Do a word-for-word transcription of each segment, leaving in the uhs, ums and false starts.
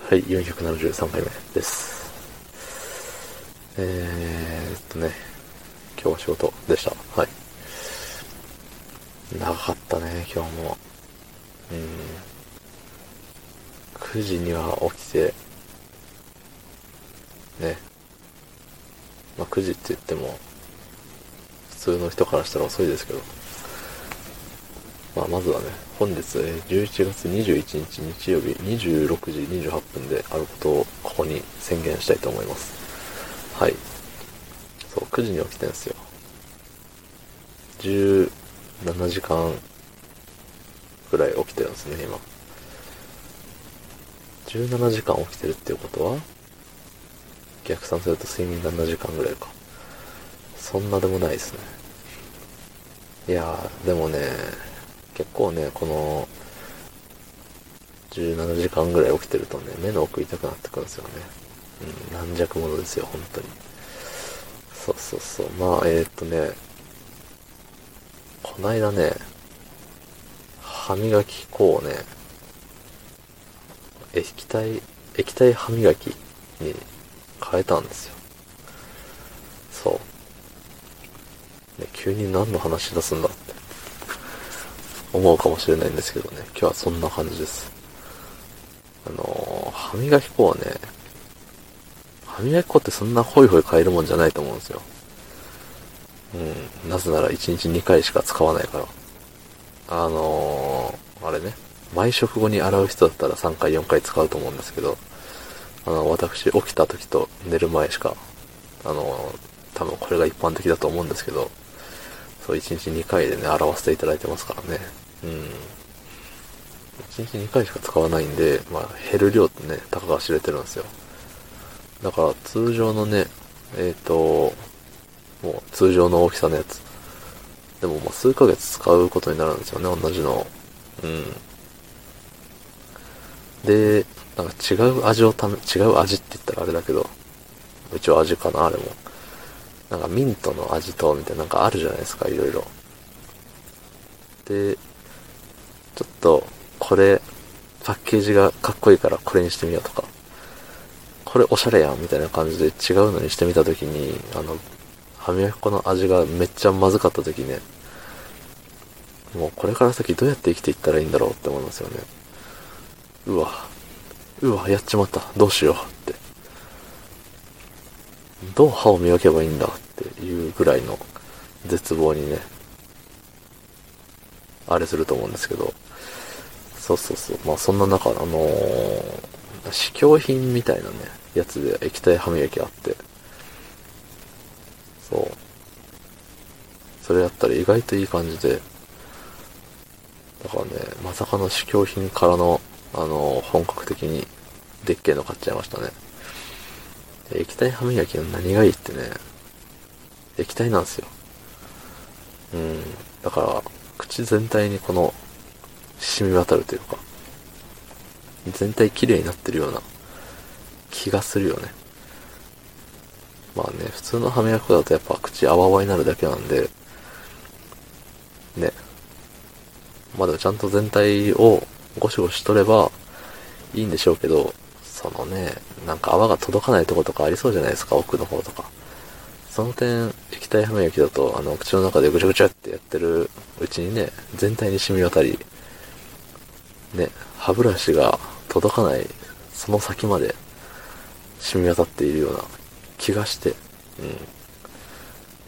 はい、よんひゃくななじゅうさんかいめです。えーっとね、今日は仕事でした。はい。長かったね、今日も。うん。くじには起きて、ね。まあくじって言っても、普通の人からしたら遅いですけど。まあまずはね、本日、えーじゅういちがつにじゅういちにち日曜日にじゅうろくじにじゅうはっぷんであることをここに宣言したいと思います。はい。そう、くじに起きてんすよ。じゅうななじかんぐらい起きてるんですね、今。じゅうななじかん起きてるっていうことは、逆算すると睡眠ななじかんぐらいか。そんなでもないですね。いやー、でもね、結構ね、この、じゅうななじかんぐらい起きてるとね、目の奥痛くなってくるんですよね。うん、軟弱者ですよ、本当に。そうそうそう。まあ、えー、っとね、こないだね、歯磨き粉をね、液体、液体歯磨きに変えたんですよ。そう。ね、急に何の話し出すんだって思うかもしれないんですけどね、今日はそんな感じです。あのー、歯磨き粉はね、歯磨き粉ってそんなホイホイ変えるもんじゃないと思うんですよ。うん。なぜならいちにちにかいしか使わないから。あのー、あれね。毎食後に洗う人だったらさんかいよんかい使うと思うんですけど、あの、私起きた時と寝る前しか、あのー、多分これが一般的だと思うんですけど、そういちにちにかいでね、洗わせていただいてますからね。うん。いちにちにかいしか使わないんで、まあ減る量ってね、たかが知れてるんですよ。だから通常のね、えっ、ー、と、もう通常の大きさのやつ。でもまあ数ヶ月使うことになるんですよね、同じの。うん。で、なんか違う味をため、違う味って言ったらあれだけど、一応味かな、あれも。なんかミントの味と、みたいななんかあるじゃないですか、いろいろ。で、ちょっと、これ、パッケージがかっこいいからこれにしてみようとか、これおしゃれやん、みたいな感じで違うのにしてみたときに、あの、歯磨き粉の味がめっちゃまずかったときね、もうこれから先どうやって生きていったらいいんだろうって思いますよね。うわ、うわ、やっちまった。どうしようって。どう歯を磨けばいいんだっていうぐらいの絶望にね、あれすると思うんですけど。そうそうそう。まあそんな中、あのー、試供品みたいなね、やつで液体歯磨きあって、そう。それやったら意外といい感じで、だからね、まさかの試供品からの、あのー、本格的にでっけえの買っちゃいましたね。液体歯磨きの何がいいってね、液体なんですよ。うん。だから、口全体にこの、染み渡るというか、全体綺麗になってるような気がするよね。まあね、普通の歯磨き粉だとやっぱ口泡泡になるだけなんで、ね。まあでもちゃんと全体をゴシゴシ取ればいいんでしょうけど、そのね、なんか泡が届かないとことかありそうじゃないですか、奥の方とか。その点、液体歯磨きだと、あの、口の中でぐちゃぐちゃってやってるうちにね、全体に染み渡り、ね、歯ブラシが届かない、その先まで染み渡っているような気がして、うん。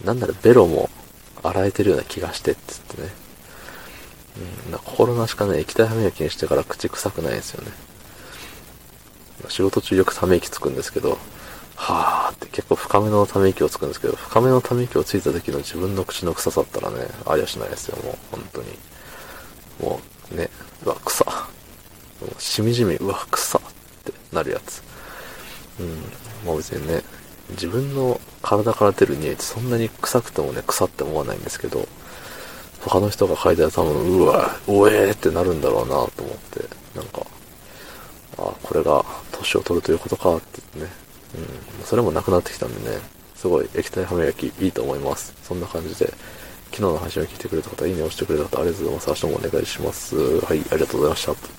なんならベロも洗えてるような気がしてっつってね。うん、な心なしかね、液体歯磨きにしてから口臭くないんですよね。仕事中よくため息つくんですけど、はーって結構深めのため息をつくんですけど、深めのため息をついた時の自分の口の臭さったらね、ありゃしないですよ、もう、本当に。もう、ね、うわ、臭。もうしみじみ、うわ、臭ってなるやつ。うん、もう別にね、自分の体から出る匂いってそんなに臭くてもね、臭って思わないんですけど、他の人が嗅いだら多分、うわ、おえーってなるんだろうなと思って、なんか、あ、これが年を取るということかって言ってね、うん、それもなくなってきたんでね、すごい液体歯磨きいいと思います。そんな感じで、昨日の配信を聞いてくれた方、いいねを押してくれた方、ありがとうございます。明日もお願いします。はい、ありがとうございました。